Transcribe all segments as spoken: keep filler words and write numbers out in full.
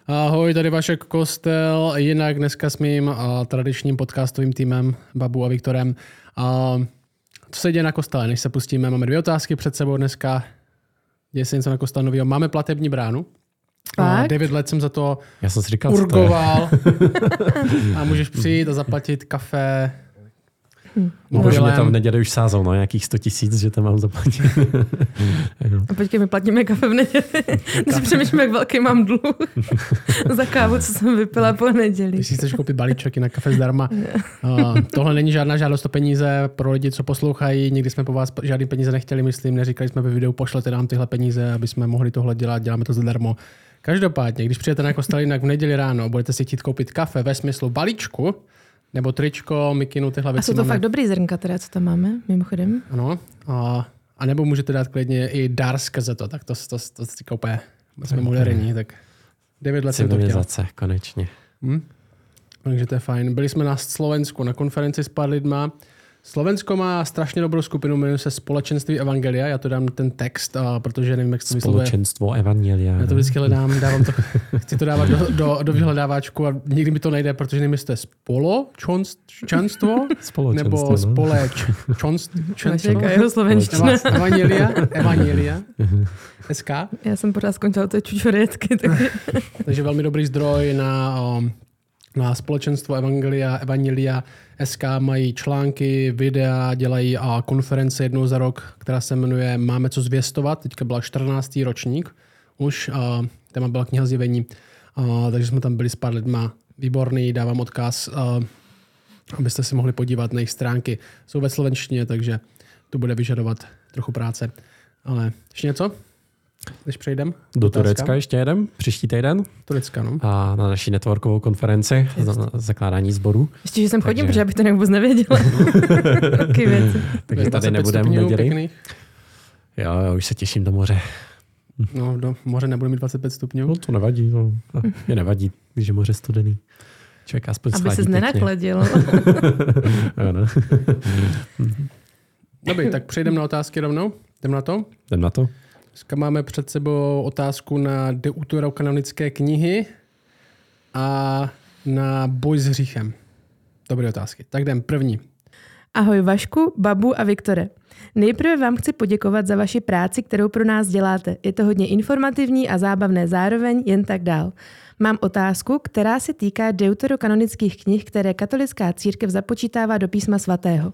Ahoj, tady Vašek Kostel, jinak dneska s mým uh, tradičním podcastovým týmem Babu a Viktorem. Uh, co se děje na kostele, než se pustíme? Máme dvě otázky před sebou dneska. Děje se něco na kostele nového. Máme platební bránu. Uh, devět let jsem za to Já jsem si říkal, urgoval. A můžeš přijít a zaplatit kafe. Hmm. Bože, mě tam v neděli už sázou, no, nějakých sto tisíc, že tam mám zaplatit. A počkej, my platíme kafe v neděli. Když přemýšlím, jak velký mám dluh za kávu, co jsem vypila po neděli. Když si chceš koupit balíček na kafe zdarma. uh, tohle není žádná žádost o peníze pro lidi, co poslouchají. Nikdy jsme po vás žádný peníze nechtěli, myslím. Neříkali jsme ve videu, pošlete nám tyhle peníze, aby jsme mohli tohle dělat. Děláme to zadarmo. Každopádně, když přijete na kostel jinak v neděli ráno, budete si chtít koupit kafe ve smyslu balíčku, nebo tričko, mikinu, tyhle věci. A jsou to máme. fakt dobrý zrnka, teda, co tam máme, mimochodem. Ano. A, a nebo můžete dát klidně i dar skrze to, tak to, to, to, to si koupé. Jsme moderní, tak devět let jsem to chtěl. Konečně. Hm? Takže to je fajn. Byli jsme na Slovensku na konferenci s pár lidma. Slovensko má strašně dobrou skupinu, jmenuje se Společenství Evangelia. Já to dám ten text, a protože nevím, jak se to vyslovuje. Společenstvo Evangelia. Já to vždycky hledám, dávám to, chci to dávat do, do, do vyhledáváčku a nikdy mi to nejde, protože nevím, jestli to je spoločenstvo nebo společenstvo. Jeho slovenština. Evangelia, Evangelia, S K. Já jsem pořád skončila to čučorécky. Takže... takže velmi dobrý zdroj na... Um, Na společenstvo Evangelia, Evangelia S K mají články, videa, dělají a konference jednou za rok, která se jmenuje Máme co zvěstovat. Teďka byla čtrnáctý ročník už, a téma byla kniha Zjevení, a, takže jsme tam byli s pár lidma. Výborný, dávám odkaz, a, abyste si mohli podívat na jejich stránky. Jsou ve slovenštině, takže to bude vyžadovat trochu práce. Ale ještě něco? Než přejdem? Do Turecka ještě jedem, příští týden. Turecka, no. A na naší networkovou konferenci, za, zakládání sborů. Ještě, že sem takže... chodím, protože já bych to vůbec nevěděla. Taky věci. Takže tady nebudeme neděli. Jo, jo, už se těším do moře. No, do moře nebude mít dvacet pět stupňů. No to nevadí, no. Mě nevadí, když je moře studený. Člověk aspoň aby se nenakladil. Jo, no. Dobrý, tak přejdeme na otázky rovnou. Jdem na to? Jdem na to. Dneska máme před sebou otázku na deuterokanonické knihy a na boj s hříchem. Dobré otázky. Tak jdem první. Ahoj Vašku, Babu a Viktore. Nejprve vám chci poděkovat za vaši práci, kterou pro nás děláte. Je to hodně informativní a zábavné zároveň, jen tak dál. Mám otázku, která se týká deuterokanonických knih, které katolická církev započítává do písma svatého.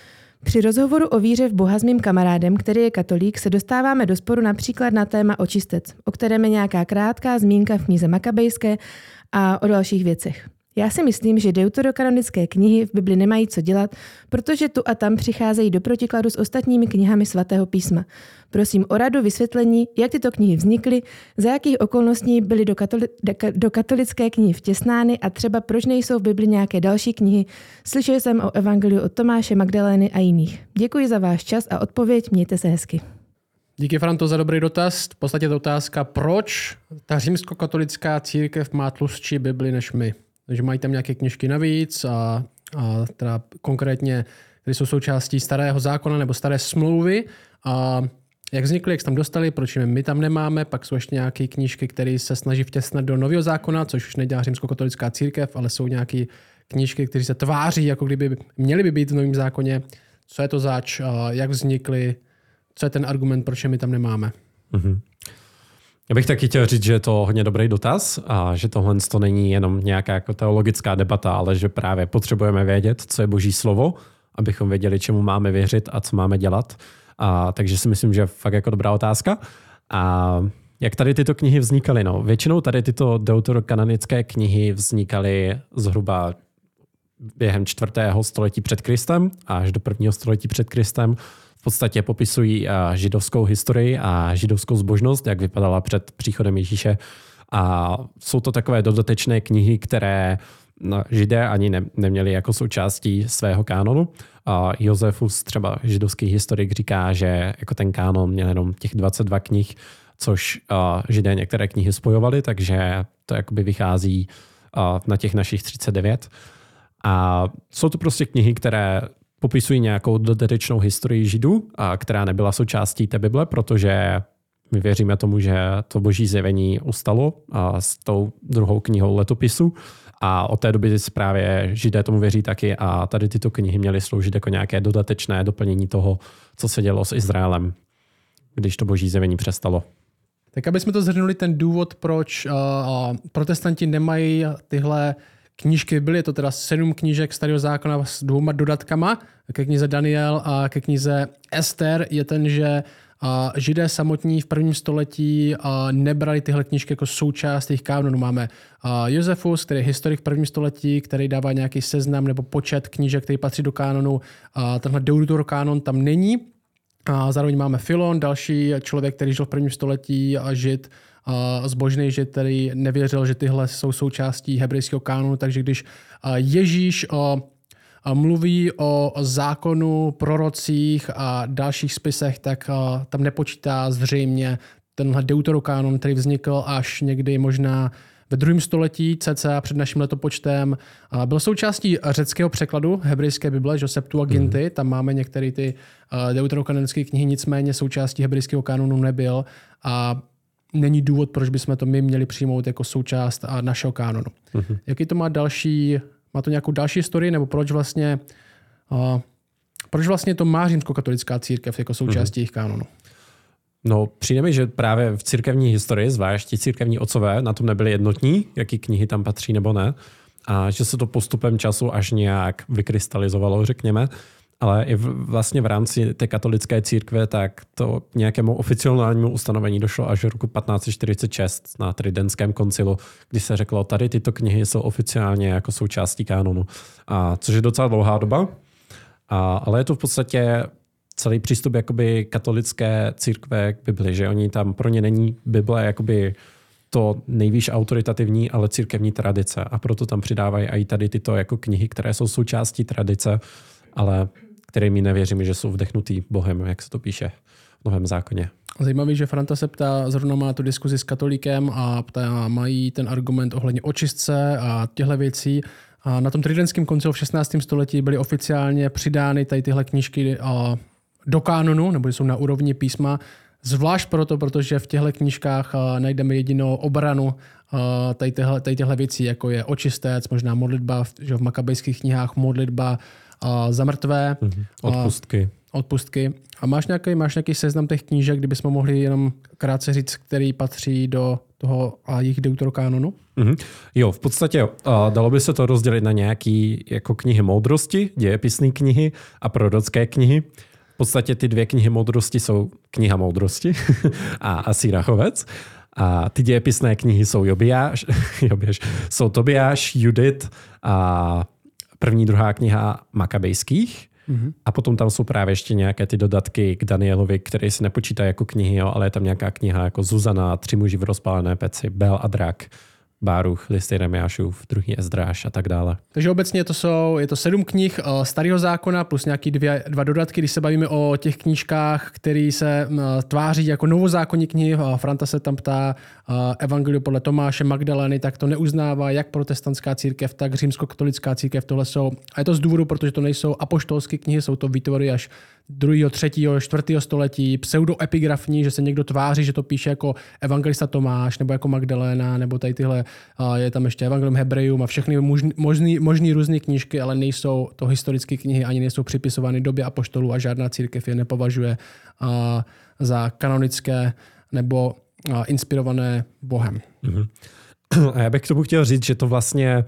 Při rozhovoru o víře v Boha s mým kamarádem, který je katolík, se dostáváme do sporu například na téma očistec, o kterém je nějaká krátká zmínka v knize Makabejské a o dalších věcech. Já si myslím, že deuterokanonické knihy v Bibli nemají co dělat, protože tu a tam přicházejí do protikladu s ostatními knihami svatého písma. Prosím o radu, vysvětlení, jak tyto knihy vznikly, za jakých okolností byly do, katoli- do katolické knihy vtěsnány a třeba proč nejsou v Bibli nějaké další knihy. Slyšel jsem o evangeliu od Tomáše, Magdalény a jiných. Děkuji za váš čas a odpověď, mějte se hezky. Díky, Franto, za dobrý dotaz. V podstatě je to otázka, proč ta římskokatolická církev má tlustší Bibli než my. Takže mají tam nějaké knižky navíc a, a teda konkrétně, které jsou součástí starého zákona nebo staré smlouvy. A jak vznikly, jak se tam dostali, proč my tam nemáme, pak jsou ještě nějaké knížky, které se snaží vtěsnat do nového zákona, což už nedělá římskokatolická církev, ale jsou nějaké knížky, které se tváří, jako kdyby měly by být v novém zákoně. Co je to zač, jak vznikly, co je ten argument, proč my tam nemáme. Mm-hmm. Já bych taky chtěl říct, že je to hodně dobrý dotaz a že tohle to není jenom nějaká jako teologická debata, ale že právě potřebujeme vědět, co je Boží slovo, abychom věděli, čemu máme věřit a co máme dělat. A, takže si myslím, že je fakt jako dobrá otázka. A jak tady tyto knihy vznikaly? No, většinou tady tyto deuterokanonické knihy vznikaly zhruba během čtvrtého století před Kristem až do prvního století před Kristem. V podstatě popisují židovskou historii a židovskou zbožnost, jak vypadala před příchodem Ježíše. A jsou to takové dodatečné knihy, které Židé ani ne, neměli jako součástí svého kánonu. A Josefus, třeba židovský historik, říká, že jako ten kánon měl jenom těch dvacet dva knih, což Židé některé knihy spojovali, takže to jakoby vychází na těch našich třicet devět. A jsou to prostě knihy, které popisují nějakou dodatečnou historii Židů, a která nebyla součástí té Bible, protože my věříme tomu, že to boží zjevení ustalo a s tou druhou knihou letopisu a od té doby právě Židé tomu věří taky a tady tyto knihy měly sloužit jako nějaké dodatečné doplnění toho, co se dělo s Izraelem, když to boží zjevení přestalo. Tak aby jsme to zhrnuli, ten důvod, proč uh, protestanti nemají tyhle knížky, byly to teda sedm knížek Starého zákona s dvouma dodatkama ke knize Daniel a ke knize Ester, je ten, že uh, Židé samotní v prvním století uh, nebrali tyhle knížky jako součást jejich kánonu. Máme uh, Josefus, který je historik v prvním století, který dává nějaký seznam nebo počet knížek, který patří do kánonu. Uh, tenhle deuterokánon tam není. A zároveň máme Filon, další člověk, který žil v prvním století a žid, a zbožný žid, který nevěřil, že tyhle jsou součástí hebrejského kánonu, takže když Ježíš mluví o zákonu, prorocích a dalších spisech, tak tam nepočítá zřejmě tenhle deuterokánon, který vznikl až někdy možná ve druhém století, cca před naším letopočtem. Byl součástí řeckého překladu hebrejské Bible, že Septuaginty, mm. tam máme některé ty deuterokanonické knihy, nicméně součástí hebrejského kanonu nebyl a není důvod, proč bychom to my měli přijmout jako součást našeho kánonu. Mm. Jaký to má další, má to nějakou další historii, nebo proč vlastně, uh, proč vlastně to má římskokatolická církev jako součástí mm. jejich kánonu? No, přijde mi, že právě v církevní historii, zvlášť ti církevní otcové, na tom nebyli jednotní, jaký knihy tam patří nebo ne. A že se to postupem času až nějak vykrystalizovalo, řekněme. Ale i v, vlastně v rámci té katolické církve, tak to k nějakému oficiálnímu ustanovení došlo až v roku patnáct set čtyřicet šest na Tridentském koncilu, kdy se řeklo, tady tyto knihy jsou oficiálně jako součástí kánonu. A což je docela dlouhá doba. A, ale je to v podstatě celý přístup jakoby katolické církve k Bibli, že oni tam pro ně není Bible jakoby to nejvýš autoritativní, ale církevní tradice. A proto tam přidávají i tady tyto jako knihy, které jsou součástí tradice, ale kterými nevěříme, že jsou vdechnutý Bohem, jak se to píše v Novém zákoně. Zajímavý, že Franta se ptá, zrovna má tu diskuzi s katolíkem a ptá, mají ten argument ohledně očistce a těchto věcí. A na tom Tridentském koncilu v šestnáctém století byly oficiálně přidány tady tyhle knížky do kánonu, nebo jsou na úrovni písma, zvlášť proto, protože v těchto knížkách najdeme jedinou obranu tady těchto, tady těchto věcí, jako je očistec, možná modlitba, že v makabejských knihách modlitba za mrtvé. Mm-hmm. Odpustky. Odpustky. A máš nějaký, máš nějaký seznam těch knížek, kdybychom mohli jenom krátce říct, který patří do toho a jejich deuterokánonu? Mm-hmm. Jo, v podstatě uh, dalo by se to rozdělit na nějaké jako knihy moudrosti, dějepisné knihy a prorocké knihy. V podstatě ty dvě knihy moudrosti jsou kniha moudrosti a, a Sirachovec. A ty dějepisné knihy jsou Jobiáš, Jobiáš, jsou Tobiáš, Judit a první, druhá kniha Makabejských. Mm-hmm. A potom tam jsou právě ještě nějaké ty dodatky k Danielovi, které se nepočítají jako knihy, jo, ale je tam nějaká kniha jako Zuzana, Tři muži v rozpálené peci, Bel a drak, Báruch, List Jeremiášův, druhý Ezdráš a tak dále. Takže obecně to jsou, je to sedm knih uh, Starého zákona plus nějaký dvě, dva dodatky, když se bavíme o těch knížkách, které se uh, tváří jako novozákonní knihy. Uh, Franta se tam ptá uh, Evangelium podle Tomáše Magdaleny, tak to neuznává jak protestantská církev, tak římskokatolická církev. Tohle jsou, a je to z důvodu, protože to nejsou apoštolské knihy, jsou to výtvory až druhého, třetího, čtvrtého století, pseudoepigrafní, že se někdo tváří, že to píše jako evangelista Tomáš nebo jako Magdalena, nebo tady tyhle, je tam ještě Evangelium Hebrejům a všechny možný, možný, možný různé knížky, ale nejsou to historické knihy, ani nejsou připisovány době apoštolů a žádná církev je nepovažuje a, za kanonické nebo a, inspirované Bohem. Mm-hmm. A já bych k tomu chtěl říct, že to vlastně,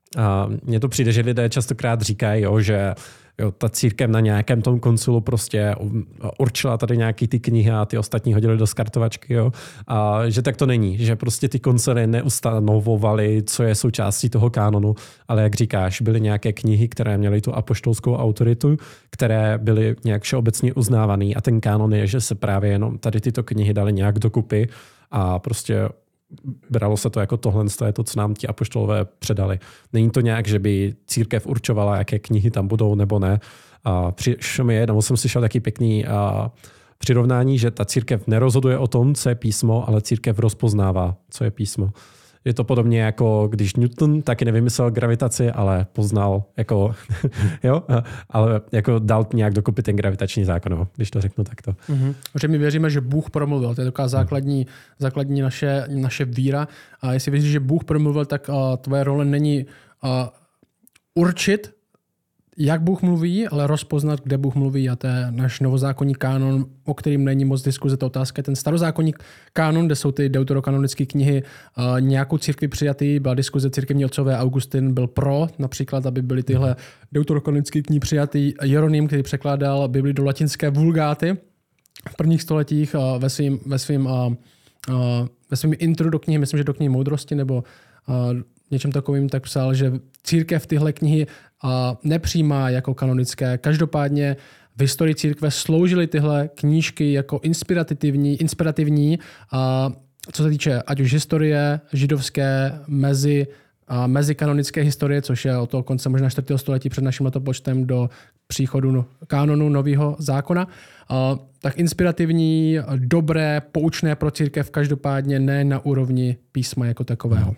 mně to přijde, že lidé častokrát říkají, jo, že jo, ta církev na nějakém tom koncilu prostě určila tady nějaký ty knihy a ty ostatní hodili do skartovačky, jo. A že tak to není, že prostě ty koncily neustanovovaly, co je součástí toho kánonu, ale jak říkáš, byly nějaké knihy, které měly tu apoštolskou autoritu, které byly nějak všeobecně uznávané a ten kánon je, že se právě jenom tady tyto knihy daly nějak dokupy a prostě bralo se to jako tohle, to je to, co nám ti apoštolové předali. Není to nějak, že by církev určovala, jaké knihy tam budou nebo ne. A přišlo mi je, nebo jsem slyšel taky pěkný a, přirovnání, že ta církev nerozhoduje o tom, co je písmo, ale církev rozpoznává, co je písmo. Je to podobně jako když Newton taky nevymyslel gravitaci, ale poznal jako, jo, ale jako dal nějak dokupit ten gravitační zákon, když to řeknu takto. Mm-hmm. Protože my věříme, že Bůh promluvil. To je taková základní, základní naše, naše víra. A jestli věříš, že Bůh promluvil, tak uh, tvoje role není uh, určit, jak Bůh mluví, ale rozpoznat, kde Bůh mluví. A to je náš novozákonní kánon, o kterým není moc diskuze. Ta otázka je ten starozákonní kánon, kde jsou ty deuterokanonické knihy uh, nějakou církvi přijatý. Byla diskuze církevní otcové, Augustin byl pro, například, aby byly tyhle deuterokanonické knihy přijatý. Jeroným, který překládal Bibli do latinské vulgáty v prvních stoletích uh, ve svým, ve svým, uh, uh, ve svým intru do knihy, myslím, že do knihy moudrosti, nebo uh, něčem takovým, tak psal, že církev tyhle knihy a nepřijímá jako kanonické. Každopádně v historii církve sloužily tyhle knížky jako inspirativní, inspirativní a co se týče ať už historie židovské, mezi, a mezikanonické historie, což je od toho konce možná čtvrtého století před naším letopočtem do příchodu no, kánonu nového zákona, a, tak inspirativní, dobré, poučné pro církev, každopádně ne na úrovni písma jako takového.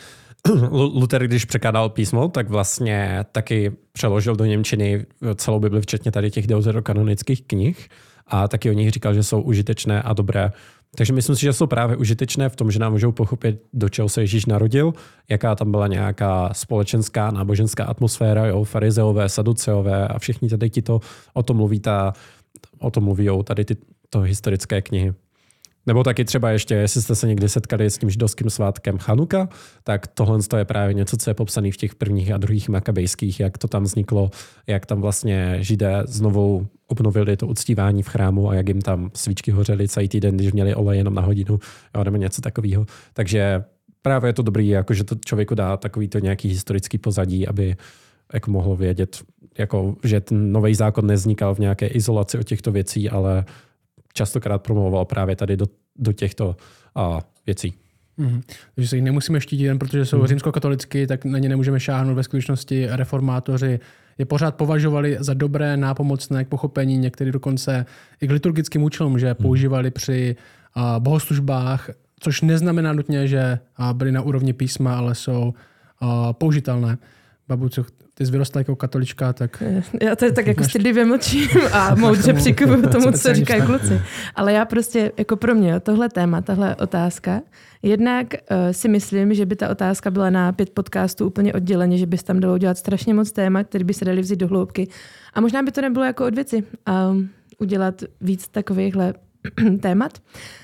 Luther, když překládal písmo, tak vlastně taky přeložil do němčiny celou Bibli, včetně tady těch deuterokanonických knih a taky o nich říkal, že jsou užitečné a dobré. Takže myslím si, že jsou právě užitečné v tom, že nám můžou pochopit, do čeho se Ježíš narodil, jaká tam byla nějaká společenská, náboženská atmosféra, jo, farizeové, saduceové a všichni tady ti to o tom mluví, ta, o tom mluví tady tyto historické knihy. Nebo taky třeba ještě, jestli jste se někdy setkali s tím židovským svátkem Chanuka, tak tohle je právě něco, co je popsané v těch prvních a druhých makabejských, jak to tam vzniklo, jak tam vlastně Židé znovu obnovili to uctívání v chrámu a jak jim tam svíčky hořely celý týden, když měli olej jenom na hodinu, jo, nebo něco takového. Takže právě je to dobrý, jako, že to člověku dá takový to nějaký historický pozadí, aby jako mohl vědět, jako, že ten nový zákon nevznikal v nějaké izolaci od těchto věcí, ale častokrát promluval právě tady do, do těchto a, věcí. Mm-hmm. Takže se jich nemusíme štítit jen protože jsou mm. římskokatolicky, tak na ně nemůžeme šáhnout. Ve skutečnosti reformátoři je pořád považovali za dobré, nápomocné k pochopení, některý dokonce i k liturgickým účelům, že mm. používali při a, bohoslužbách, což neznamená nutně, že a, byly na úrovni písma, ale jsou a, použitelné. Babu, co ty jsi vyrostla jako katolička, tak... Já to tak jako stydlivě mlčím a moudře přikyvuju tomu, co říkají kluci. Ale já prostě, jako pro mě, tohle téma, tahle otázka, jednak uh, si myslím, že by ta otázka byla na pět podcastů úplně odděleně, že bys tam dalo udělat strašně moc témat, který by se dali vzít do hloubky. A možná by to nebylo jako od věci um, udělat víc takovýchhle témat.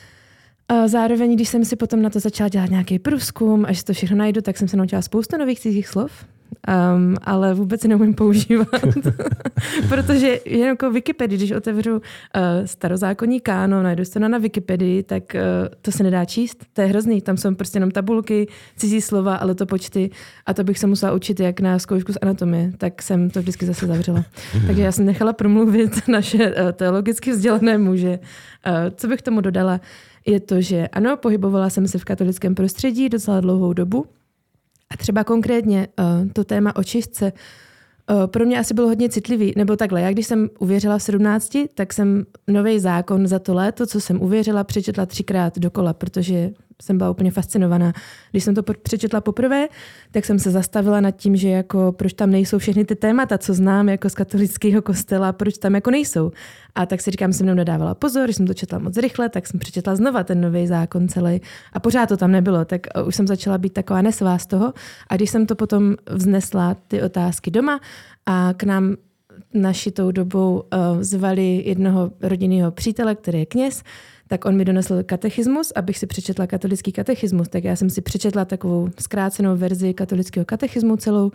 Uh, zároveň, když jsem si potom na to začala dělat nějaký průzkum, až to všechno najdu, tak jsem se naučila spoustu nových cizích slov. Um, ale vůbec si neumím používat, protože jen jako Wikipedii, když otevřu uh, starozákonní kánon, najdu to na Wikipedii, tak uh, to se nedá číst, to je hrozný, tam jsou prostě jenom tabulky, cizí slova, ale to počty a to bych se musela učit jak na zkoušku z anatomie, tak jsem to vždycky zase zavřela. Takže já jsem nechala promluvit naše uh, teologicky vzdělané muže. Uh, co bych tomu dodala, je to, že ano, pohybovala jsem se v katolickém prostředí docela dlouhou dobu. A třeba konkrétně uh, to téma očistce uh, pro mě asi bylo hodně citlivý. Nebo takhle, já když jsem uvěřila v sedmnácti, tak jsem nový zákon za to léto, co jsem uvěřila, přečetla třikrát dokola, protože jsem byla úplně fascinovaná. Když jsem to přečetla poprvé, tak jsem se zastavila nad tím, že jako proč tam nejsou všechny ty témata, co znám jako z katolického kostela, proč tam jako nejsou. A tak si říkám, jsem mnou nedávala pozor, když jsem to četla moc rychle, tak jsem přečetla znova ten nový zákon celý a pořád to tam nebylo, tak už jsem začala být taková nesvá z toho. A když jsem to potom vznesla ty otázky doma a k nám naši tou dobou uh, zvali jednoho rodinného přítele, který je kněz, tak on mi donesl katechismus, abych si přečetla katolický katechismus. Tak já jsem si přečetla takovou zkrácenou verzi katolického katechismu celou.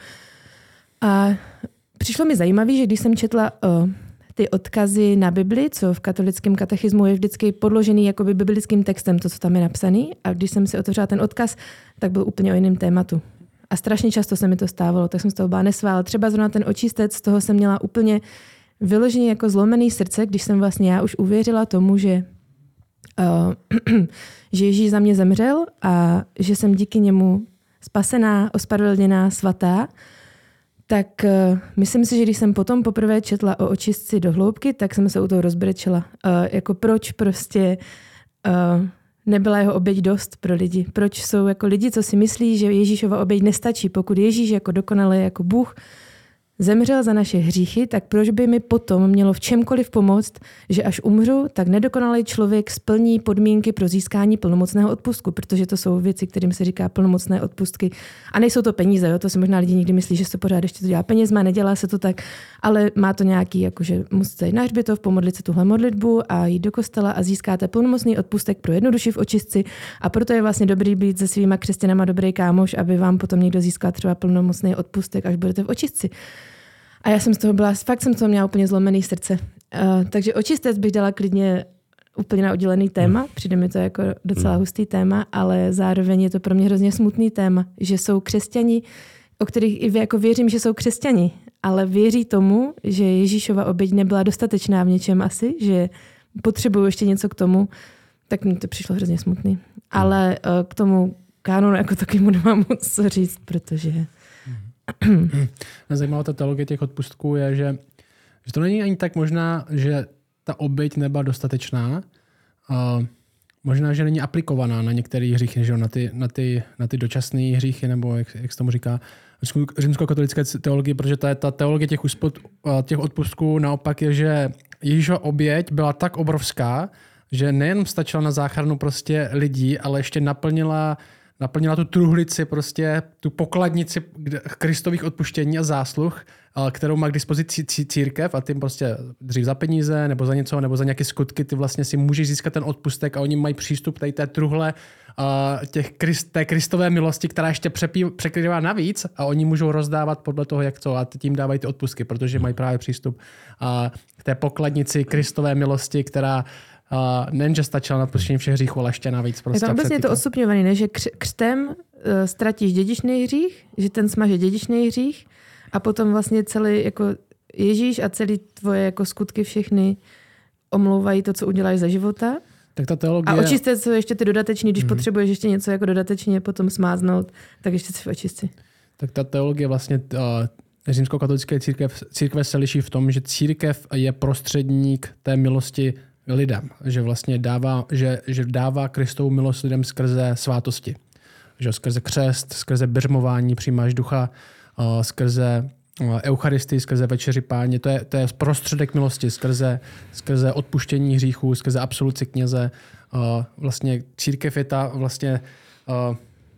A přišlo mi zajímavé, že když jsem četla uh, ty odkazy na Bibli, co v katolickém katechismu je vždycky podložený jakoby biblickým textem, to, co tam je napsaný. A když jsem si otevřela ten odkaz, tak byl úplně o jiném tématu. A strašně často se mi to stávalo, tak jsem z toho byla nesvá. Třeba zrovna ten očistec, z toho jsem měla úplně vyloženě jako zlomený srdce, když jsem vlastně já už uvěřila tomu, že Uh, že Ježíš za mě zemřel a že jsem díky němu spasená, ospravedlněná, svatá, tak uh, myslím si, že když jsem potom poprvé četla o očistci do hloubky, tak jsem se u toho rozbrečela. Uh, jako proč prostě uh, nebyla jeho oběť dost pro lidi. Proč jsou jako lidi, co si myslí, že Ježíšova oběť nestačí. Pokud Ježíš jako dokonalý, jako Bůh zemřel za naše hříchy, tak proč by mi potom mělo v čemkoliv pomoct, že až umřu, tak nedokonalý člověk splní podmínky pro získání plnomocného odpustku, protože to jsou věci, kterým se říká plnomocné odpustky. A nejsou to peníze, jo? To si možná lidi někdy myslí, že se pořád ještě to dělá penězma, nedělá se to tak, ale má to nějaký, jakože musíte jít na hřbitov, pomodlit se tuhle modlitbu a jít do kostela a získáte plnomocný odpustek pro jednu duši v očistci a proto je vlastně dobrý být se svýma křesťanama dobrý kámoš, aby vám potom někdo získal třeba plnomocný odpustek, až budete v očistci. A já jsem z toho byla, fakt jsem z toho měla úplně zlomený srdce. Uh, takže očistec bych dala klidně úplně na oddělený téma, přijde mi to jako docela hustý téma, ale zároveň je to pro mě hrozně smutný téma, že jsou křesťani, o kterých i jako věřím, že jsou křesťani, ale věří tomu, že Ježíšova oběť nebyla dostatečná v něčem asi, že potřebují ještě něco k tomu, tak mi to přišlo hrozně smutný. Ale uh, k tomu kánonu jako taky mu nemám moc co říct, protože... Zajímavá ta teologie těch odpustků je, že, že to není ani tak možná, že ta oběť nebyla dostatečná. Uh, možná, že není aplikovaná na některé hříchy, že na ty, na ty, na ty dočasné hříchy, nebo jak, jak se tomu říká, římskokatolické teologie, protože ta, ta teologie těch, uspod, těch odpustků naopak je, že Ježíšova oběť byla tak obrovská, že nejen stačila na záchranu prostě lidí, ale ještě naplnila naplnila tu truhlici, prostě tu pokladnici Kristových odpuštění a zásluh, kterou má k dispozici církev a tím prostě dřív za peníze nebo za něco, nebo za nějaké skutky, ty vlastně si můžeš získat ten odpustek a oni mají přístup tady té truhle těch, té Kristové milosti, která ještě překrývá navíc a oni můžou rozdávat podle toho, jak to a tím dávají ty odpustky, protože mají právě přístup k té pokladnici Kristové milosti, která Uh, nejen, že stačila na odpuštění všech hříchů, ale ještě navíc. Prostě je to obecně to odstupňované, ne? Že kř- křtem uh, ztratíš dědičný hřích, že ten smaže dědičný hřích a potom vlastně celý jako Ježíš a celý tvoje jako skutky všechny omlouvají to, co uděláš za života. Tak ta teologie... A očistec jsou ještě ty dodateční, když mm-hmm. potřebuješ ještě něco jako dodatečně potom smáznout, tak ještě si v očistci. Tak ta teologie vlastně uh, římskokatolické církev, církve se liší v tom, že církev je prostředník té milosti lidem, že vlastně dává, že, že dává Kristovu milost lidem skrze svátosti. Že skrze křest, skrze biřmování přijímáš ducha, uh, skrze uh, eucharistii, skrze večeři Páně. To je, to je prostředek milosti, skrze, skrze odpuštění hříchů, skrze absoluci kněze. Uh, vlastně církev je ta vlastně uh,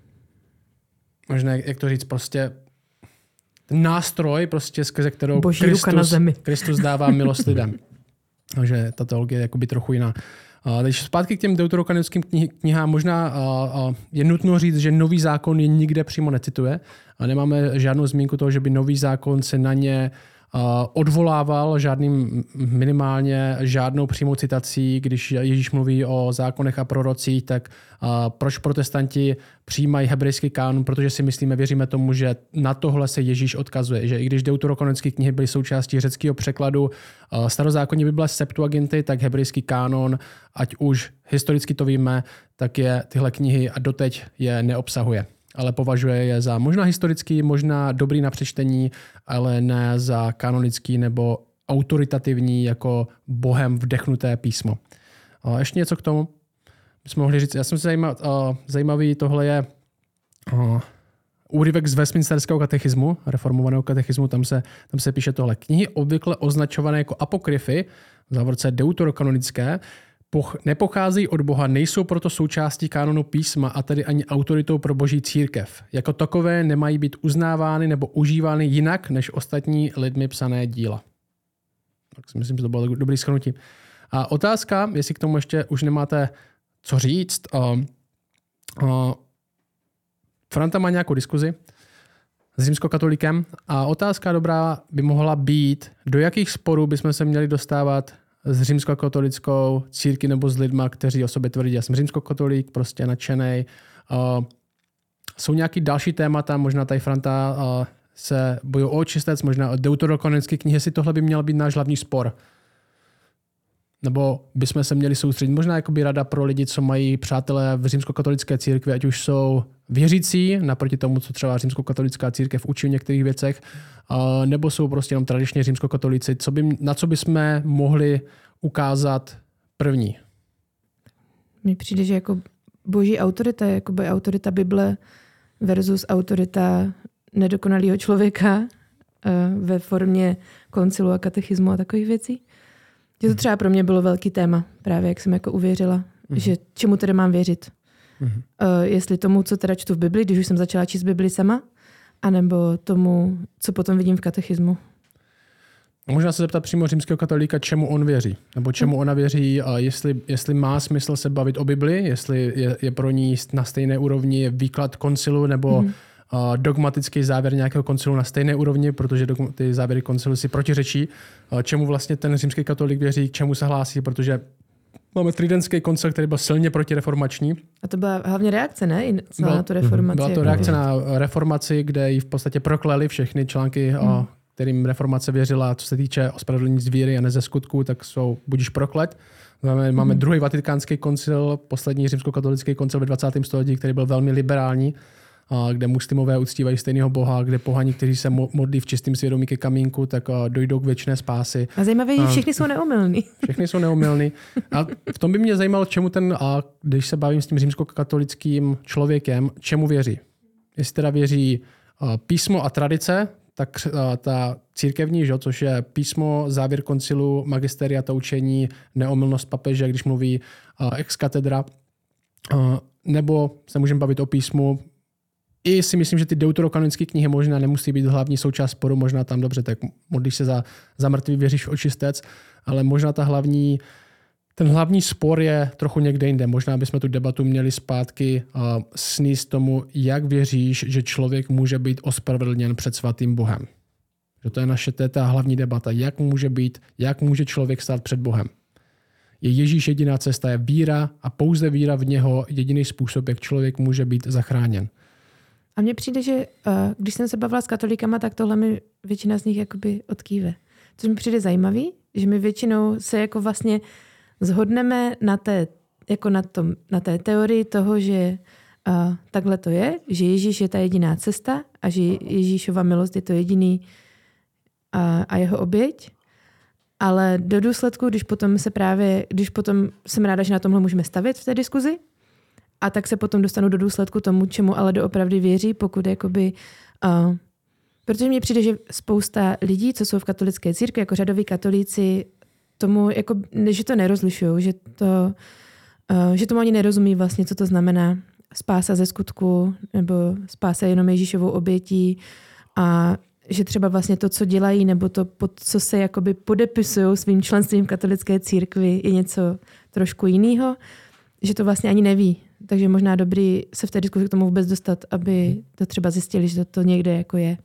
možná, jak to říct, prostě ten nástroj, prostě skrze kterou Boží Kristus, ruka na zemi. Kristus dává milost lidem. Takže ta teologie je jakoby trochu jiná. Uh, takže zpátky k těm deuterokanonickým knih- knihám. Možná uh, uh, je nutno říct, že Nový zákon je nikde přímo necituje. A nemáme žádnou zmínku toho, že by Nový zákon se na ně uh, odvolával žádným, minimálně žádnou přímou citací. Když Ježíš mluví o zákonech a prorocích, tak uh, proč protestanti přijímají hebrejský kánon? Protože si myslíme, věříme tomu, že na tohle se Ježíš odkazuje. Že i když deuterokanonické knihy byly součástí řeckého překladu uh, starozákonní Bible Septuaginty, tak hebrejský kánon, ať už historicky to víme, tak je tyhle knihy a doteď je neobsahuje. Ale považuje je za možná historický, možná dobrý na přečtení, ale ne za kanonický nebo autoritativní jako Bohem vdechnuté písmo. A ještě něco k tomu bychom mohli říct. Já jsem si zajímav, zajímavý, tohle je úryvek z Westminsterského katechismu, reformovaného katechismu, tam se, tam se píše tohle. Knihy obvykle označované jako apokryfy, v závorce deuterokanonické, nepocházejí od Boha, nejsou proto součástí kánonu písma a tedy ani autoritou pro boží církev. Jako takové nemají být uznávány nebo užívány jinak než ostatní lidmi psané díla. Tak si myslím, že to bylo dobrý shrnutí. A otázka, jestli k tomu ještě už nemáte co říct. Uh, uh, Franta má nějakou diskuzi s římskokatolikem a otázka dobrá by mohla být, do jakých sporů bychom se měli dostávat s římskokatolickou církví nebo s lidma, kteří o sobě tvrdí, já jsem římskokatolík, prostě nadšenej. Uh, jsou nějaký další témata, možná tady Franta uh, se bojí o očistec, možná o deuterokanonické knihy, jestli tohle by měl být náš hlavní spor. Nebo bychom se měli soustředit, možná jakoby rada pro lidi, co mají přátelé v římskokatolické církvi, ať už jsou věřící, naproti tomu, co třeba římskokatolická církev učí v některých věcech, uh, nebo jsou prostě jenom tradičně římskokatolici, co by, na co bychom mohli ukázat první? Mně přijde, že jako boží autorita, jakoby autorita Bible versus autorita nedokonalého člověka uh, ve formě koncilu a katechismu a takových věcí. Že to třeba pro mě bylo velký téma, právě jak jsem jako uvěřila, mm-hmm. že čemu teda mám věřit. Mm-hmm. Uh, jestli tomu, co teda čtu v Bibli, když už jsem začala číst Bibli sama, anebo tomu, co potom vidím v katechismu. Možná se zeptat přímo římského katolíka, čemu on věří. Nebo čemu ona věří, a jestli, jestli má smysl se bavit o Bibli, jestli je, je pro ní na stejné úrovni výklad koncilu nebo mm. uh, dogmatický závěr nějakého koncilu na stejné úrovni, protože dogma, ty závěry koncilu si protiřečí. Uh, čemu vlastně ten římský katolík věří, k čemu se hlásí, protože máme tridentský koncil, který byl silně protireformační. A to byla hlavně reakce, ne? I na tu reformaci. Byla to reakce na reformaci, kde ji v podstatě prokleli všechny články, mm. kterým reformace věřila, co se týče ospravedlnění z víry a ne ze skutků, tak jsou budíš proklet. Máme, máme mm. druhý vatikánský koncil, poslední římskokatolický koncil ve dvacátém století, který byl velmi liberální, kde muslimové uctívají stejného boha, kde pohani, kteří se modlí v čistém svědomí ke kamínku, tak dojdou k věčné spásy. A zajímavé, že všichni jsou neomylní. Všechny jsou neomylní. A v tom by mě zajímalo, čemu ten, a když se bavím s tím římskokatolickým člověkem, čemu věří. Jestli teda věří písmo a tradice, tak ta církevní, že, což je písmo, závěr koncilu, magisteria, to učení, neomylnost papeže, když mluví ex cathedra, nebo se můžeme bavit o písmu. I si myslím, že ty deuterokanonické knihy možná nemusí být hlavní součást sporu, možná tam dobře, tak modlíš se za, za mrtvý, věříš v očistec, ale možná ta hlavní, ten hlavní spor je trochu někde jinde. Možná bychom tu debatu měli zpátky a sníst tomu, jak věříš, že člověk může být ospravedlněn před svatým Bohem. Že to je naše to je ta hlavní debata. Jak může být, jak může člověk stát před Bohem. Je Ježíš jediná cesta, je víra a pouze víra v něho jediný způsob, jak člověk může být zachráněn. A mně přijde, že když jsem se bavila s katolíkama, tak tohle mi většina z nich jakoby odkýve. Což mi přijde zajímavý, že my většinou se jako vlastně zhodneme na té, jako na, tom, na té teorii toho, že uh, takhle to je, že Ježíš je ta jediná cesta a že Ježíšova milost je to jediný uh, a jeho oběť. Ale do důsledku, když potom se právě, když potom jsem ráda, že na tomhle můžeme stavět v té diskuzi, a tak se potom dostanu do důsledku tomu, čemu ale doopravdy věří, pokud jakoby... Uh, protože mně přijde, že spousta lidí, co jsou v katolické církvi, jako řadoví katolíci, tomu, jako, že to nerozlišují, že, to, uh, že tomu ani nerozumí vlastně, co to znamená spása ze skutku, nebo spása jenom Ježíšovou obětí a že třeba vlastně to, co dělají, nebo to, pod co se jakoby podepisují svým členstvím v katolické církvi, je něco trošku jiného, že to vlastně ani neví. Takže možná dobrý se v té diskuzi k tomu vůbec dostat, aby to třeba zjistili, že to, to někde jako je.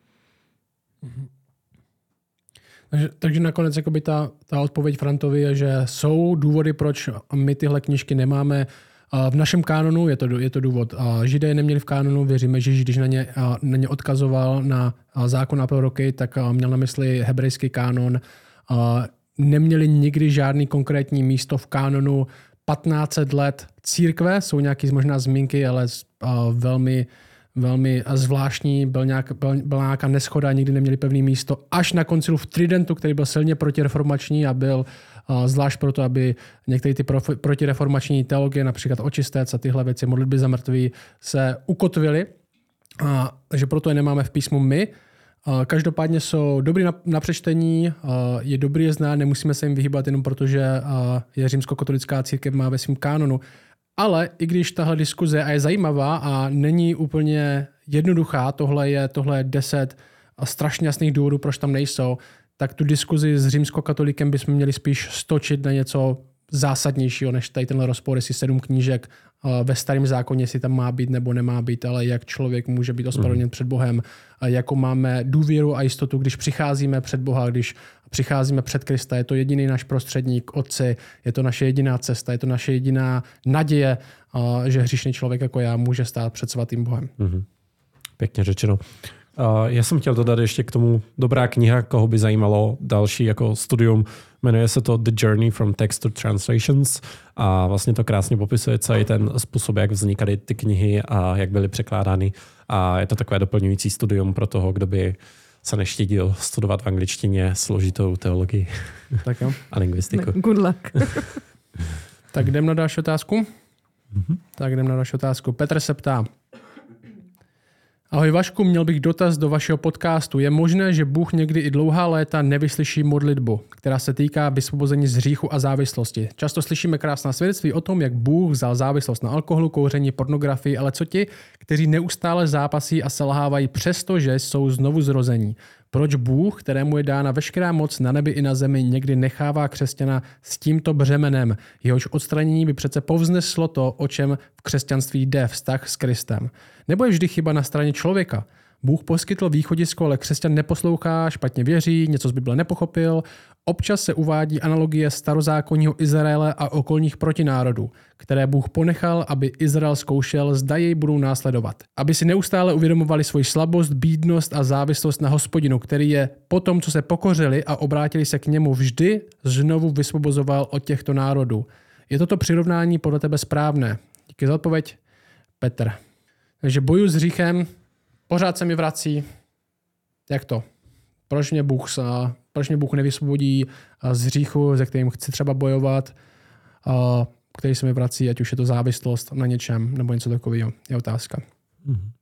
Takže, takže nakonec jakoby ta, ta odpověď Frantovi je, že jsou důvody, proč my tyhle knížky nemáme v našem kánonu, je to, je to důvod. Židé je neměli v kánonu, věříme, že když na ně, na ně odkazoval na zákon a proroky, tak měl na mysli hebrejský kánon. Neměli nikdy žádný konkrétní místo v kánonu patnáct set let církve, jsou nějaké možná zmínky, ale velmi velmi zvláštní, byl nějak, byl, byla nějaká neschoda, nikdy neměli pevné místo, až na koncilu v Tridentu, který byl silně protireformační a byl uh, zvlášť proto, aby některé ty prof, protireformační teologie, například očistec a tyhle věci, modlitby za mrtví, se ukotvily. Uh, takže proto je nemáme v písmu my. Uh, každopádně jsou dobrý na, na přečtení, uh, je dobrý je znát, nemusíme se jim vyhýbat jenom proto, že uh, je římskokatolická církev má ve svém kánonu. Ale i když tahle diskuze je zajímavá a není úplně jednoduchá, tohle je, tohle je deset strašně jasných důvodů, proč tam nejsou, tak tu diskuzi s římskokatolikem bychom měli spíš stočit na něco zásadnějšího, než tady tenhle rozpor, jestli sedm knížek ve starém zákoně, jestli tam má být nebo nemá být, ale jak člověk může být ospravedlněn mm. před Bohem, jakou máme důvěru a jistotu, když přicházíme před Boha, když přicházíme před Krista. Je to jediný náš prostředník, Otci, je to naše jediná cesta, je to naše jediná naděje, že hříšný člověk jako já může stát před svatým Bohem. Mm-hmm. Pěkně řečeno. Uh, já jsem chtěl dodat ještě k tomu dobrá kniha, koho by zajímalo další jako studium. Jmenuje se to The Journey from Text to Translations a vlastně to krásně popisuje celý ten způsob, jak vznikaly ty knihy a jak byly překládány. A je to takové doplňující studium pro toho, kdo by se neštědil studovat v angličtině složitou teologii tak jo. a lingvistiku. Good luck. Tak jdem na další otázku. Mm-hmm. Tak jdem na další otázku. Petr se ptá. Ahoj Vašku, měl bych dotaz do vašeho podcastu. Je možné, že Bůh někdy i dlouhá léta nevyslyší modlitbu, která se týká vysvobození z hříchu a závislosti? Často slyšíme krásná svědectví o tom, jak Bůh vzal závislost na alkoholu, kouření, pornografii, ale co ti, kteří neustále zápasí a selhávají přesto, že jsou znovu zrození? Proč Bůh, kterému je dána veškerá moc na nebi i na zemi, někdy nechává křesťana s tímto břemenem? Jehož odstranění by přece povzneslo to, o čem v křesťanství jde, vztah s Kristem. Nebo je vždy chyba na straně člověka? Bůh poskytl východisko, ale křesťan neposlouchá, špatně věří, něco z Bible nepochopil. Občas se uvádí analogie starozákonního Izraele a okolních protinárodů, které Bůh ponechal, aby Izrael zkoušel, zda jej budou následovat. Aby si neustále uvědomovali svoji slabost, bídnost a závislost na Hospodinu, který je po tom, co se pokořili a obrátili se k němu, vždy znovu vysvobozoval od těchto národů. Je toto přirovnání podle tebe správné? Díky za odpověď, Petr. Takže bojuji s hříchem, pořád se mi vrací. Jak to? Proč mě Bůh, proč mě Bůh nevysvobodí z hříchu, ze kterým chci třeba bojovat, který se mi vrací, ať už je to závislost na něčem nebo něco takového? Je otázka. Hmm.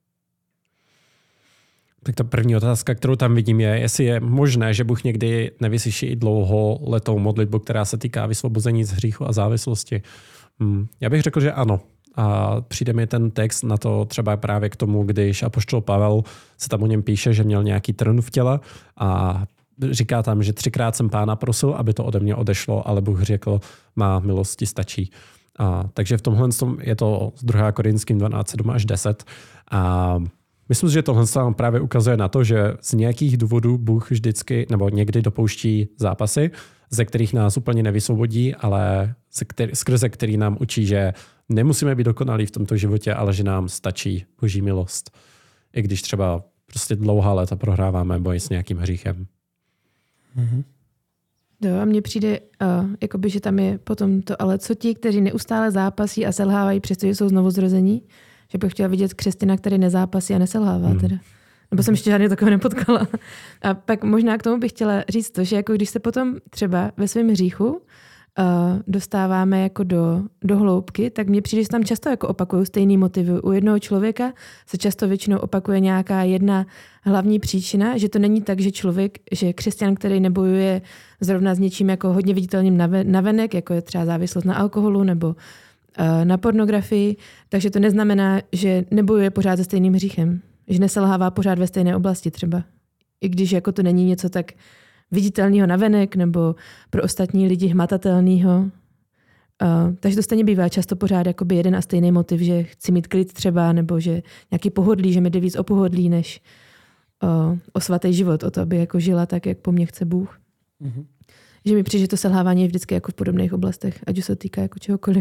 Tak ta první otázka, kterou tam vidím, je, jestli je možné, že Bůh někdy nevyslyší i dlouholetou modlitbu, která se týká vysvobození z hříchu a závislosti. Hmm. Já bych řekl, že ano. A přijde mi ten text na to třeba právě k tomu, když apoštol Pavel se tam o něm píše, že měl nějaký trn v těle a říká tam, že třikrát jsem Pána prosil, aby to ode mě odešlo, ale Bůh řekl, má milosti stačí. A, takže v tomhle je to z druhého Korinským dvanáct, sedm až deset. A myslím, že tohle nám právě ukazuje na to, že z nějakých důvodů Bůh vždycky nebo někdy dopouští zápasy, ze kterých nás úplně nevysvobodí, ale skrze který nám učí, že nemusíme být dokonalí v tomto životě, ale že nám stačí Boží milost. I když třeba prostě dlouhá léta prohráváme boj s nějakým hříchem. Mm-hmm. Jo, a mně přijde, uh, jakoby, že tam je potom to, ale co ti, kteří neustále zápasí a selhávají, přestože jsou znovu zrození, že bych chtěla vidět křesťana, který nezápasí a neselhává. Hmm. Teda. Nebo jsem ještě žádný takového nepotkala. A pak možná k tomu bych chtěla říct to, že jako když se potom třeba ve svém hříchu Uh, dostáváme jako do, do hloubky, tak mně přijde, že tam často jako opakují stejný motivy. U jednoho člověka se často většinou opakuje nějaká jedna hlavní příčina, že to není tak, že člověk, že křesťan, který nebojuje zrovna s něčím jako hodně viditelným navenek, jako je třeba závislost na alkoholu nebo uh, na pornografii, takže to neznamená, že nebojuje pořád se stejným hříchem, že neselhává pořád ve stejné oblasti třeba. I když jako to není něco tak viditelného navenek nebo pro ostatní lidi hmatatelného. Uh, takže to stejně bývá často pořád jakoby jeden a stejný motiv, že chci mít klid třeba, nebo že nějaký pohodlí, že mi jde víc o pohodlí, než uh, o svatý život, o to, aby jako žila tak, jak po mně chce Bůh. Mm-hmm. Že mi přijde, že to selhávání je vždycky jako v podobných oblastech, ať už se týká jako čehokoliv.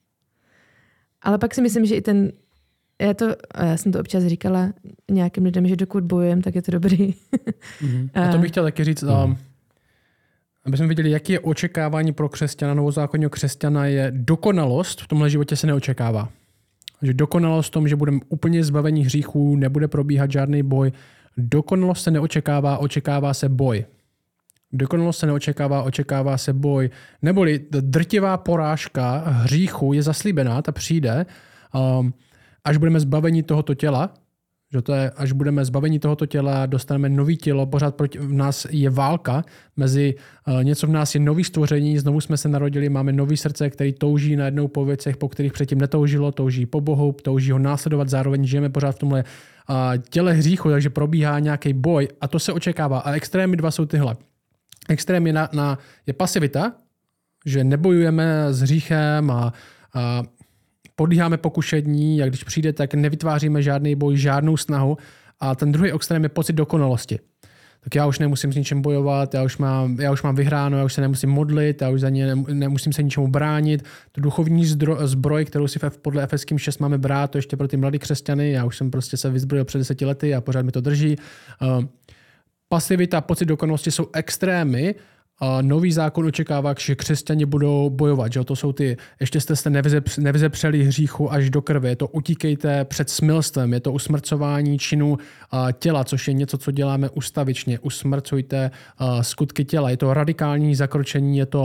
Ale pak si myslím, že i ten Já, to, já jsem to občas říkala nějakým lidem, že dokud bojujem, tak je to dobrý. Mm-hmm. A to bych chtěl taky říct, mm. aby jsme viděli, jaký je očekávání pro křesťana, novozákonního křesťana je dokonalost v tomhle životě se neočekává. Že dokonalost v tom, že budeme úplně zbavení hříchů, nebude probíhat žádný boj. Dokonalost se neočekává, očekává se boj. Dokonalost se neočekává, očekává se boj. Neboli drtivá porážka hříchu je zaslíbená, ta přijde, um, až budeme zbaveni tohoto těla, že to je, až budeme zbaveni tohoto těla, dostaneme nový tělo, pořád proti v nás je válka, mezi uh, něco v nás je nový stvoření, znovu jsme se narodili, máme nový srdce, který touží najednou po věcech, po kterých předtím netoužilo, touží po Bohu, touží ho následovat, zároveň žijeme pořád v tomhle uh, těle hříchu, takže probíhá nějaký boj a to se očekává. A extrémy dva jsou tyhle. Extrém je, na, na, je pasivita, že nebojujeme s hříchem a, a podlíháme pokušení, jak když přijde, tak nevytváříme žádný boj, žádnou snahu. A ten druhý extrém je pocit dokonalosti. Tak já už nemusím s ničím bojovat, já už mám, já už mám vyhráno, já už se nemusím modlit, já už za ně nemusím se ničemu bránit. Tu duchovní zdro, zbroj, kterou si podle Efeským šest máme brát, to ještě pro ty mladý křesťany, já už jsem prostě se vyzbrojil před deseti lety a pořád mi to drží. Uh, pasivita, pocit dokonalosti jsou extrémy. A nový zákon očekává, že křesťani budou bojovat. Že? To jsou ty, ještě jste se nevyzepřeli hříchu až do krve. Je to utíkejte před smilstvem, je to usmrcování činu těla, což je něco, co děláme ustavičně. Usmrcujte skutky těla. Je to radikální zakročení, je to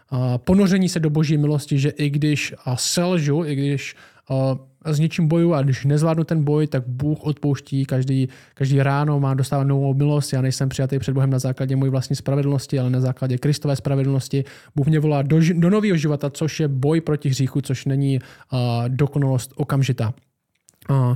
ponoření se do boží milosti, že i když selžu, i když s něčím bojuju a když nezvládnu ten boj, tak Bůh odpouští každý, každý ráno, má dostávat novou milost. Já nejsem přijatý před Bohem na základě mojí vlastní spravedlnosti, ale na základě Kristové spravedlnosti. Bůh mě volá do, do nového života, což je boj proti hříchu, což není uh, dokonalost okamžitá. Uh.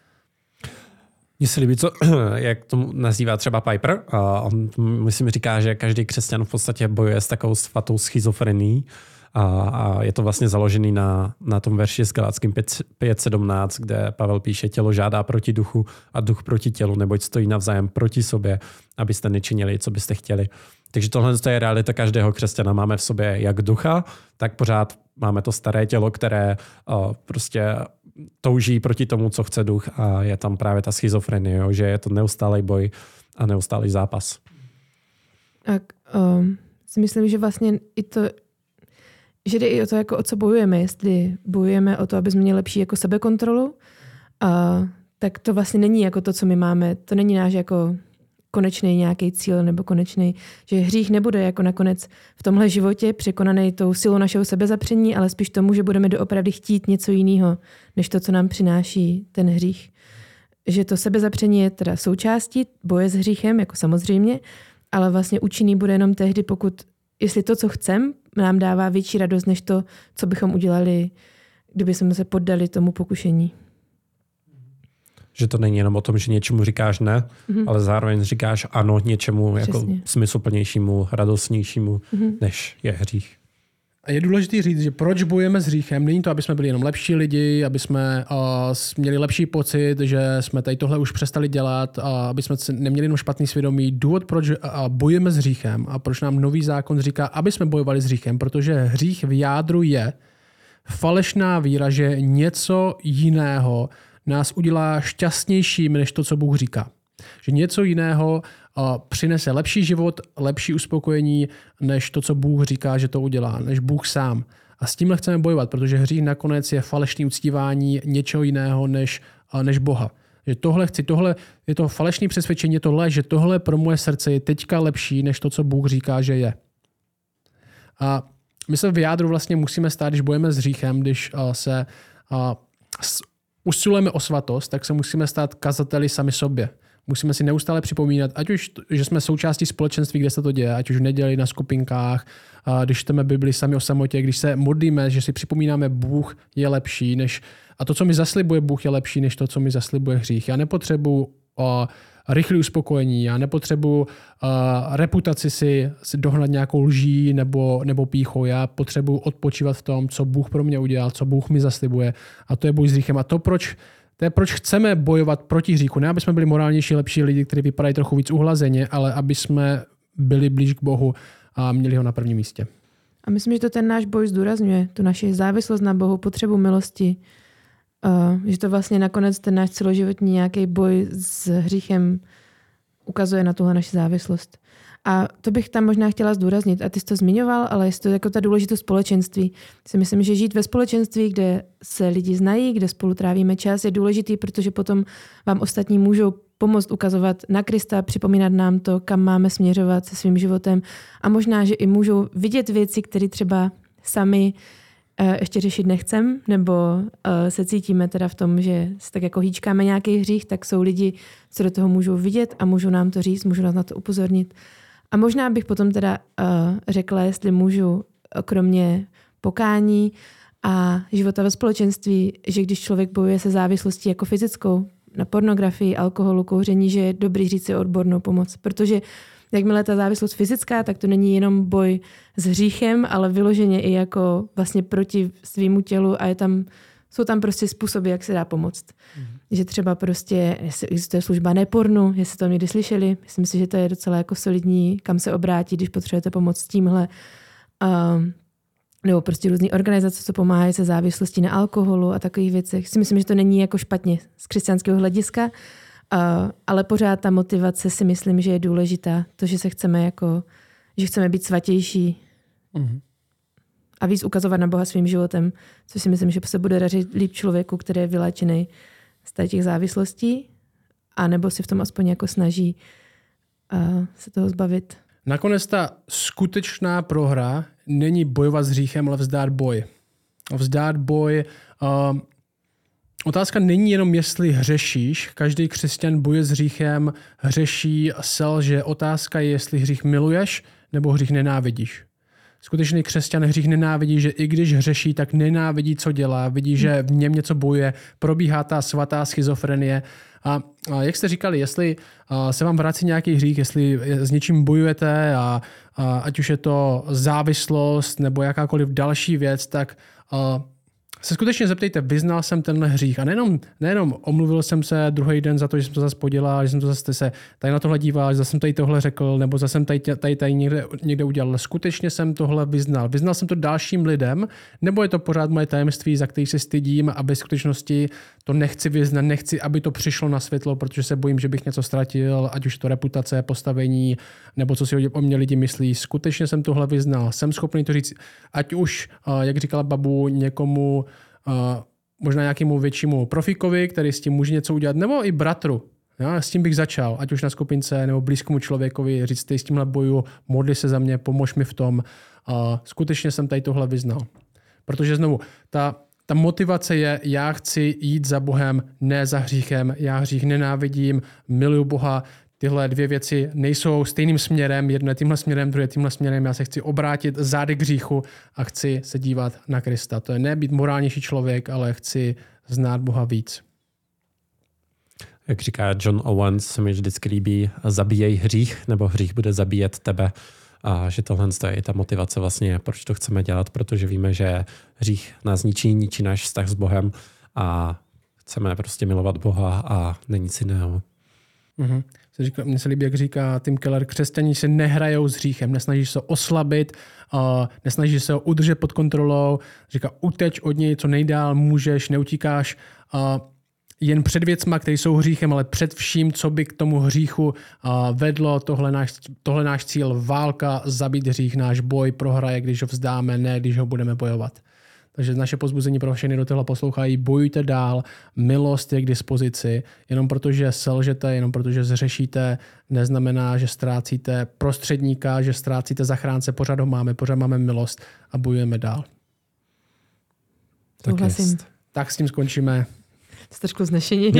Mně se líbí, co, jak to nazývá třeba Piper. A on, myslím, říká, že každý křesťan v podstatě bojuje s takovou svatou schizofrenií. A, a je to vlastně založený na, na tom verši z Galackým pět sedmnáct, kde Pavel píše, tělo žádá proti duchu a duch proti tělu, neboť stojí navzájem proti sobě, abyste nečinili, co byste chtěli. Takže tohle je realita každého křesťana. Máme v sobě jak ducha, tak pořád máme to staré tělo, které uh, prostě touží proti tomu, co chce duch, a je tam právě ta schizofrenie, jo, že je to neustálý boj a neustálý zápas. Tak um, si myslím, že vlastně i to, že jde i o to, jako o co bojujeme. Jestli bojujeme o to, aby jsme měli lepší jako sebekontrolu, a, tak to vlastně není jako to, co my máme. To není náš jako konečný nějaký cíl nebo konečný, že hřích nebude jako nakonec v tomhle životě překonaný tou silou našeho sebezapření, ale spíš tomu, že budeme doopravdy chtít něco jiného, než to, co nám přináší ten hřích. Že to sebezapření je teda součástí boje s hříchem, jako samozřejmě, ale vlastně účinný bude jenom tehdy, pokud, jestli to, co chcem, nám dává větší radost, než to, co bychom udělali, kdyby jsme se poddali tomu pokušení. Že to není jenom o tom, že něčemu říkáš ne, mm-hmm. ale zároveň říkáš ano něčemu jako smysluplnějšímu, radostnějšímu, mm-hmm. než je hřích. A je důležité říct, že proč bojujeme s hříchem, není to, aby jsme byli jenom lepší lidi, aby jsme uh, měli lepší pocit, že jsme tady tohle už přestali dělat, a aby jsme neměli jenom špatný svědomí. Důvod, proč uh, bojujeme s hříchem a proč nám nový zákon říká, aby jsme bojovali s hříchem, protože hřích v jádru je falešná víra, že něco jiného nás udělá šťastnějším než to, co Bůh říká. Že něco jiného uh, přinese lepší život, lepší uspokojení, než to, co Bůh říká, že to udělá, než Bůh sám. A s tímhle chceme bojovat, protože hřích nakonec je falešné uctívání něčeho jiného než, uh, než Boha. Že tohle chci, tohle je to falešné přesvědčení, je to lež, že tohle pro moje srdce je teďka lepší, než to, co Bůh říká, že je. A my se v jádru vlastně musíme stát, když bojujeme s hříchem, když uh, se uh, usilujeme o svatost, tak se musíme stát kazateli sami sobě. Musíme si neustále připomínat, ať už, že jsme součástí společenství, kde se to děje, ať už v neděli na skupinkách, když čteme Bibli sami o samotě, když se modlíme, že si připomínáme, Bůh je lepší, než, a to, co mi zaslibuje Bůh, je lepší, než to, co mi zaslibuje hřích. Já nepotřebuji rychlé uspokojení, já nepotřebuji uh, reputaci si, si dohnat nějakou lží nebo, nebo pýchou. Já potřebuji odpočívat v tom, co Bůh pro mě udělal, co Bůh mi zaslibuje, a to je boj s hříchem. A to, proč To je, proč chceme bojovat proti hříchu. Ne, aby jsme byli morálnější, lepší lidi, kteří vypadají trochu víc uhlazeně, ale aby jsme byli blíž k Bohu a měli ho na prvním místě. A myslím, že to ten náš boj zdůrazňuje, tu naši závislost na Bohu, potřebu milosti. Uh, že to vlastně nakonec ten náš celoživotní nějaký boj s hříchem ukazuje na tuhle naši závislost. A to bych tam možná chtěla zdůraznit. A ty jsi to zmiňoval, ale je to jako ta důležitost společenství. Si myslím, že žít ve společenství, kde se lidi znají, kde spolu trávíme čas, je důležitý, protože potom vám ostatní můžou pomoct ukazovat na Krista, připomínat nám to, kam máme směřovat se svým životem. A možná, že i můžou vidět věci, které třeba sami uh, ještě řešit nechcem, nebo uh, se cítíme teda v tom, že se tak jako hýčkáme nějaký hřích, tak jsou lidi, co do toho můžou vidět a můžou nám to říct, můžou nás na to upozornit. A možná bych potom teda uh, řekla, jestli můžu, kromě pokání a života ve společenství, že když člověk bojuje se závislostí jako fyzickou, na pornografii, alkoholu, kouření, že je dobrý říct si odbornou pomoc. Protože jakmile ta závislost fyzická, tak to není jenom boj s hříchem, ale vyloženě i jako vlastně proti svýmu tělu, a je tam, jsou tam prostě způsoby, jak se dá pomoct. Mm. Že třeba prostě, jestli existuje služba Nepornu, jestli to někdy slyšeli, myslím si, že to je docela jako solidní, kam se obrátit, když potřebujete pomoct s tímhle. Um, nebo prostě různý organizace, co pomáhají se závislostí na alkoholu a takových věcech. Si myslím, že to není jako špatně z křesťanského hlediska, uh, ale pořád ta motivace si myslím, že je důležitá. To, že se chceme jako, že chceme být svatější mm-hmm. a víc ukazovat na Boha svým životem, což si myslím, že se bude dařit líp člověku, který je vyléčený z těch závislostí, a nebo si v tom aspoň jako snaží uh, se toho zbavit. Nakonec ta skutečná prohra není bojovat s hříchem, ale vzdát boj. Vzdát boj. Uh, otázka není jenom, jestli hřešíš. Každý křesťan bojuje s hříchem, hřeší, selže. Otázka je, jestli hřích miluješ nebo hřích nenávidíš. Skutečný křesťan hřích nenávidí, že i když hřeší, tak nenávidí, co dělá. Vidí, že v něm něco bojuje. Probíhá ta svatá schizofrenie. A, a jak jste říkali, jestli a, se vám vrací nějaký hřích, jestli s něčím bojujete, a, a, ať už je to závislost nebo jakákoliv další věc, tak a, se skutečně zeptejte, vyznal jsem tenhle hřích. A nejenom, nejenom omluvil jsem se druhý den za to, že jsem to zase podělal, že jsem to zase se tady na tohle díval, že zase jsem tady tohle řekl, nebo zase jsem tady, tady, tady někde, někde udělal. Skutečně jsem tohle vyznal. Vyznal jsem to dalším lidem, nebo je to pořád moje tajemství, za který se stydím, aby v skutečnosti to nechci vyznat, nechci, aby to přišlo na světlo, protože se bojím, že bych něco ztratil, ať už to reputace, postavení, nebo co si o mě lidi myslí. Skutečně jsem tohle vyznal. Jsem schopný to říct, ať už, jak říkala babu, někomu, možná nějakému většímu profíkovi, který s tím může něco udělat, nebo i bratru. Já s tím bych začal, ať už na skupince, nebo blízkému člověkovi, říct, ty s tímhle boju, modli se za mě, pomož mi v tom. Skutečně jsem tady tohle vyznal. Protože znovu, ta Ta motivace je, já chci jít za Bohem, ne za hříchem. Já hřích nenávidím, miluju Boha. Tyhle dvě věci nejsou stejným směrem, jedno je tímhle směrem, druhé tímhle směrem. Já se chci obrátit zády k hříchu a chci se dívat na Krista. To je ne být morálnější člověk, ale chci znát Boha víc. Jak říká John Owens, se mi vždycky líbí, zabíjej hřích, nebo hřích bude zabíjet tebe. A že tohle je i ta motivace vlastně, proč to chceme dělat, protože víme, že hřích nás ničí, ničí náš vztah s Bohem a chceme prostě milovat Boha a není nic jiného. Mm-hmm. Mně se líbí, jak říká Tim Keller, křesťané se nehrajou s hříchem, nesnaží se oslabit, uh, nesnaží se ho udržet pod kontrolou, říká uteč od něj, co nejdál můžeš, neutíkáš, uh, jen před věcma, které jsou hříchem, ale před vším, co by k tomu hříchu uh, vedlo, tohle náš, tohle náš cíl, válka, zabít hřích, náš boj prohraje, když ho vzdáme, ne když ho budeme bojovat. Takže naše pozbuzení pro všechny do tohle poslouchají, bojujte dál, milost je k dispozici, jenom protože selžete, jenom protože zřešíte, neznamená, že ztrácíte prostředníka, že ztrácíte zachránce, pořád ho máme, pořád máme milost a bojujeme dál. Tak, tak s tím skončíme. Jste trošku znešení.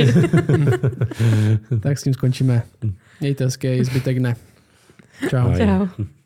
Tak s tím skončíme. Mějte hezký zbytek dne. Čau. Čau.